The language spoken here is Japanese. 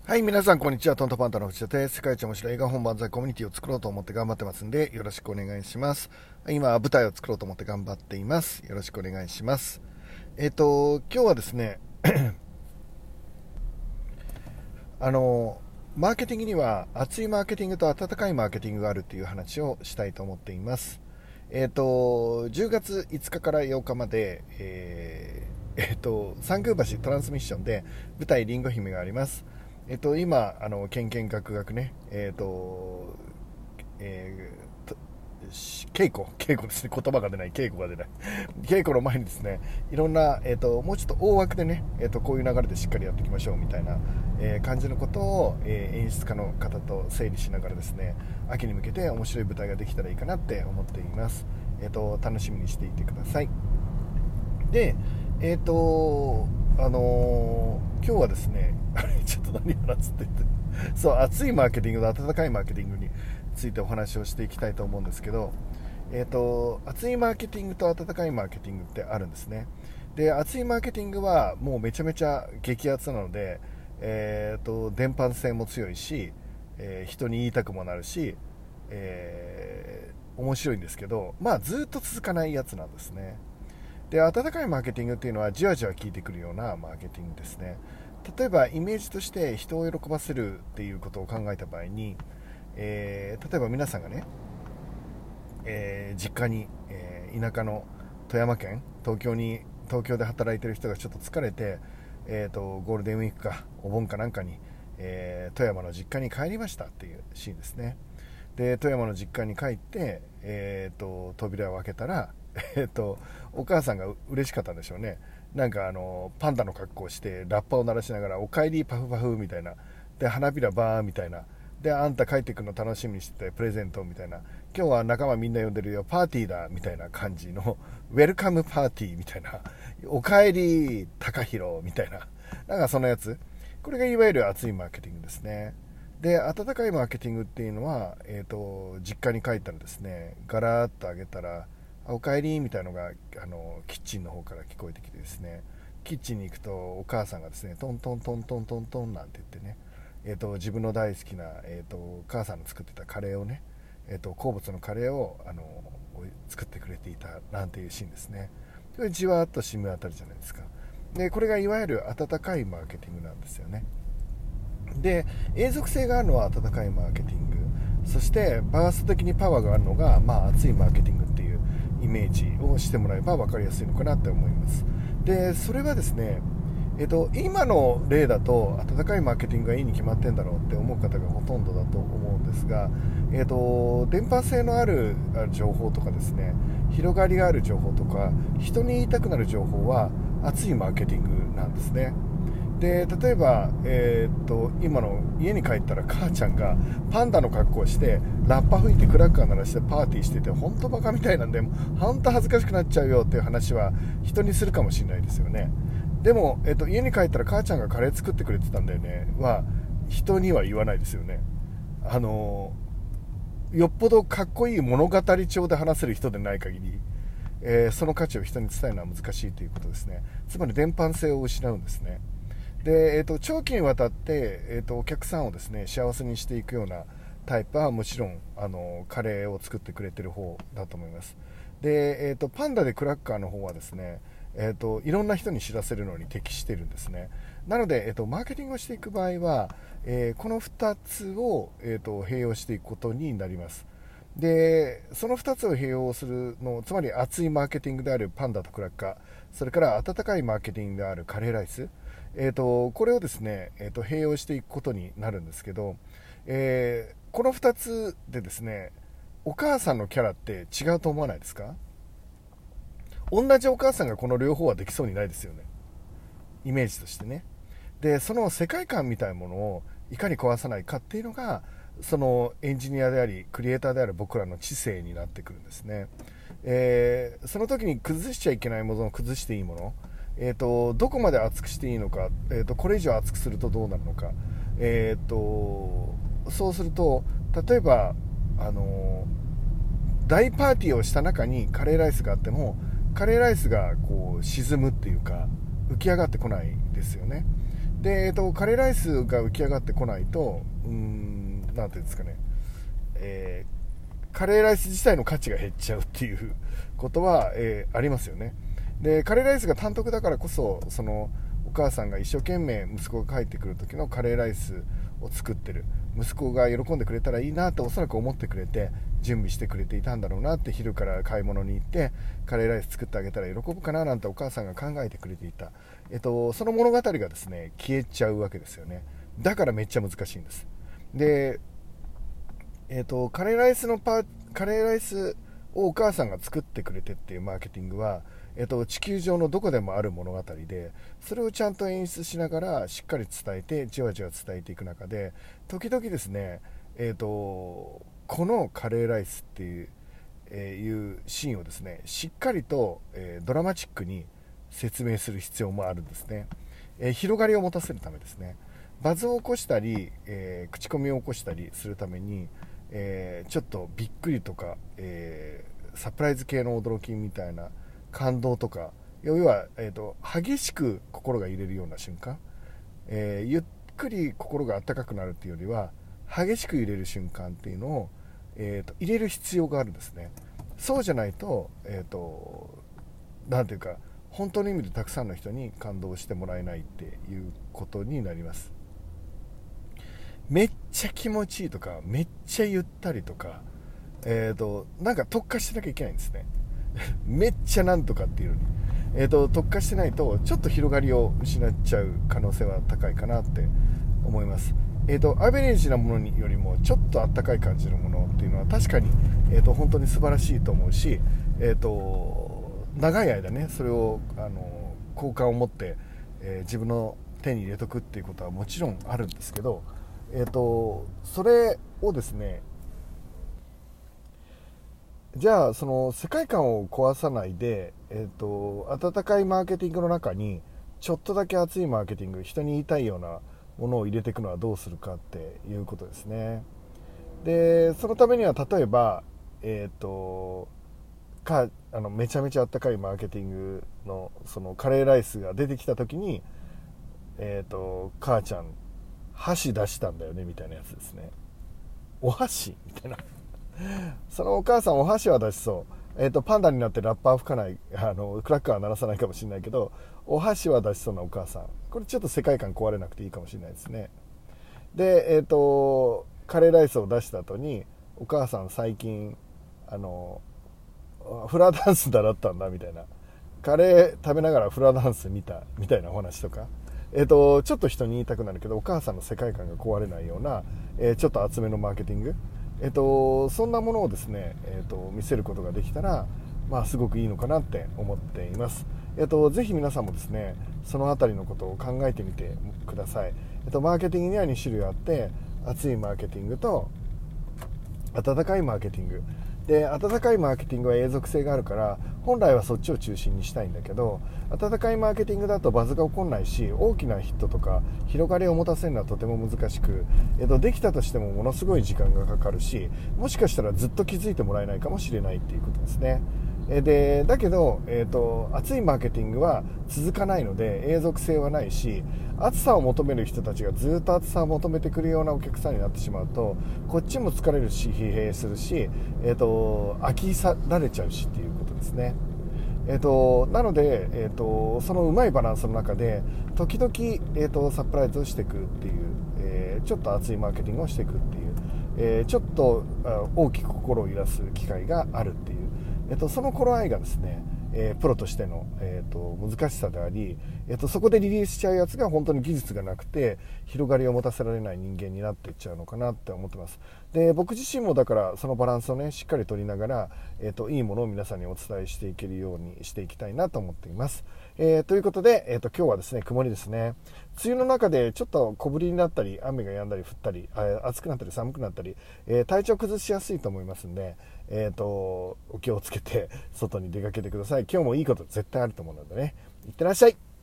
はい、皆さん、こんにちは。トントパンタの藤田です。世界一面白い映画本万歳コミュニティを作ろうと思って頑張ってますんで、よろしくお願いします。今、舞台を作ろうと思って頑張っています。よろしくお願いします。今日はですね、マーケティングには熱いマーケティングと温かいマーケティングがあるっていう話をしたいと思っています。10月5日から8日まで、三宮橋トランスミッションで舞台リンゴ姫があります。今ケンケンガクガクね、稽古ですね。言葉が出ない、稽古が出ない稽古の前にですね、いろんな、もうちょっと大枠でね、こういう流れでしっかりやっていきましょうみたいな、感じのことを、演出家の方と整理しながらですね、秋に向けて面白い舞台ができたらいいかなって思っています。楽しみにしていてください。で、今日はですね、ちょっと何話すって言ってそう、熱いマーケティングと温かいマーケティングについてお話をしていきたいと思うんですけど、熱いマーケティングと温かいマーケティングってあるんですね。で、熱いマーケティングはもうめちゃめちゃ激アツなので、伝播性も強いし、人に言いたくもなるし、面白いんですけど、まあずっと続かないやつなんですね。で、温かいマーケティングっていうのはじわじわ効いてくるようなマーケティングですね。例えばイメージとして人を喜ばせるっていうことを考えた場合に、例えば皆さんがね、実家に、田舎の富山県、東京で働いてる人がちょっと疲れて、ゴールデンウィークかお盆かなんかに、富山の実家に帰りましたっていうシーンですね。で、富山の実家に帰って、扉を開けたらお母さんが嬉しかったんでしょうね。なんかパンダの格好をしてラッパを鳴らしながらおかえりパフパフみたいな、で花びらバーみたいな、であんた帰ってくるの楽しみにしててプレゼントみたいな、今日は仲間みんな呼んでるよパーティーだみたいな感じのウェルカムパーティーみたいな、おかえり高弘みたいな、なんかそのやつ、これがいわゆる熱いマーケティングですね。で、温かいマーケティングっていうのは、実家に帰ったらですね、ガラーッと上げたらおかえりみたいなのがキッチンの方から聞こえてきてですね、キッチンに行くとお母さんがですねトントントントントントンなんて言ってね、自分の大好きな、母さんの作ってたカレーをね、好物のカレーを作ってくれていたなんていうシーンですね。これじわーっと染み渡るじゃないですか。で、これがいわゆる温かいマーケティングなんですよね。で、永続性があるのは温かいマーケティング、そしてバースト的にパワーがあるのが、熱いマーケティングっていうイメージをしてもらえば分かりやすいのかなって思います。で、それはですね、今の例だと温かいマーケティングがいいに決まってんだろうって思う方がほとんどだと思うんですが、伝播性のある情報とかですね、広がりがある情報とか人に言いたくなる情報は熱いマーケティングなんですね。で、例えば、今の家に帰ったら母ちゃんがパンダの格好をしてラッパ吹いてクラッカー鳴らしてパーティーしてて本当バカみたいなんで本当恥ずかしくなっちゃうよっていう話は人にするかもしれないですよね。でも、家に帰ったら母ちゃんがカレー作ってくれてたんだよねは人には言わないですよね。よっぽどかっこいい物語調で話せる人でない限り、その価値を人に伝えるのは難しいということですね。つまり伝播性を失うんですね。で、長期にわたって、お客さんをですね幸せにしていくようなタイプはもちろんカレーを作ってくれてる方だと思います。で、パンダでクラッカーの方はですね、いろんな人に知らせるのに適しているんですね。なので、マーケティングをしていく場合は、この2つを、併用していくことになります。で、その2つを併用するの、つまり熱いマーケティングであるパンダとクラッカー、それから温かいマーケティングであるカレーライス、これをですね、併用していくことになるんですけど、この2つでですね、お母さんのキャラって違うと思わないですか？同じお母さんがこの両方はできそうにないですよね、イメージとしてね。で、その世界観みたいなものをいかに壊さないかっていうのが、そのエンジニアでありクリエイターである僕らの知性になってくるんですね。その時に崩しちゃいけないものを崩していいもの、どこまで厚くしていいのか、これ以上厚くするとどうなるのか、そうすると例えば大パーティーをした中にカレーライスがあってもカレーライスがこう沈むっていうか、 浮き上がってこないですよね。で、カレーライスが浮き上がってこないと、なんていうんですかね、カレーライス自体の価値が減っちゃうっていうことは、ありますよね。で、カレーライスが単独だからこそ、そのお母さんが一生懸命息子が帰ってくる時のカレーライスを作ってる、息子が喜んでくれたらいいなとおそらく思ってくれて準備してくれていたんだろうなって、昼から買い物に行ってカレーライス作ってあげたら喜ぶかななんてお母さんが考えてくれていた、その物語がですね消えちゃうわけですよね。だからめっちゃ難しいんです。で、カレーライスをお母さんが作ってくれてっていうマーケティングは、地球上のどこでもある物語で、それをちゃんと演出しながらしっかり伝えてじわじわ伝えていく中で、時々ですね、このカレーライスっていう、いうシーンをですねしっかりと、ドラマチックに説明する必要もあるんですね。広がりを持たせるためですね。バズを起こしたり、口コミを起こしたりするために、ちょっとびっくりとか、サプライズ系の驚きみたいな感動とか、要は、激しく心が揺れるような瞬間、ゆっくり心が温かくなるっていうよりは激しく揺れる瞬間っていうのを、入れる必要があるんですね。そうじゃないと、なんていうか本当の意味でたくさんの人に感動してもらえないっていうことになります。めっちゃ気持ちいいとかめっちゃゆったりとか、なんか特化してなきゃいけないんですね。めっちゃなんとかっていうのに、特化してないとちょっと広がりを失っちゃう可能性は高いかなって思います。アベレージなものよりもちょっとあったかい感じのものっていうのは確かに、本当に素晴らしいと思うし、長い間ねそれを好感を持って、自分の手に入れとくっていうことはもちろんあるんですけど、それをですね、じゃあその世界観を壊さないで、温かいマーケティングの中にちょっとだけ熱いマーケティング、人に言いたいようなものを入れていくのはどうするかっていうことですね。でそのためには例えば、めちゃめちゃ温かいマーケティングのそのカレーライスが出てきた時に、母ちゃん箸出したんだよねみたいなやつですね。お箸みたいなそのお母さんお箸は出しそう、パンダになってラッパー吹かない、クラッカーは鳴らさないかもしれないけど、お箸は出しそうなお母さん、これちょっと世界観壊れなくていいかもしれないですね。で、カレーライスを出した後にお母さん最近フラダンス習ったんだみたいな、カレー食べながらフラダンス見たみたいなお話とか、ちょっと人に言いたくなるけどお母さんの世界観が壊れないような、ちょっと厚めのマーケティング、そんなものをですね、見せることができたら、すごくいいのかなって思っています。ぜひ皆さんもですねそのあたりのことを考えてみてください。マーケティングには2種類あって、熱いマーケティングと温かいマーケティングで、温かいマーケティングは永続性があるから本来はそっちを中心にしたいんだけど、温かいマーケティングだとバズが起こらないし、大きなヒットとか広がりを持たせるのはとても難しく、できたとしてもものすごい時間がかかるし、もしかしたらずっと気づいてもらえないかもしれないっていうことですね。だけど、熱いマーケティングは続かないので永続性はないし、熱さを求める人たちがずっと熱さを求めてくるようなお客さんになってしまうと、こっちも疲れるし疲弊するし、飽きさられちゃうしっていうことですね。なので、そのうまいバランスの中で時々、サプライズをしていくっていう、ちょっと熱いマーケティングをしていくっていう、ちょっと大きく心を揺らす機会があるっていう、その頃合いがですね、プロとしての、難しさであり、そこでリリースしちゃうやつが本当に技術がなくて広がりを持たせられない人間になっていっちゃうのかなって思ってます。で、僕自身もだからそのバランスをねしっかり取りながら、いいものを皆さんにお伝えしていけるようにしていきたいなと思っています。ということで、今日はですね曇りですね。梅雨の中でちょっと小降りになったり雨が止んだり降ったり、暑くなったり寒くなったり、体調崩しやすいと思いますんで、お気をつけて外に出かけてください。今日もいいこと絶対あると思うのでね、いってらっしゃい。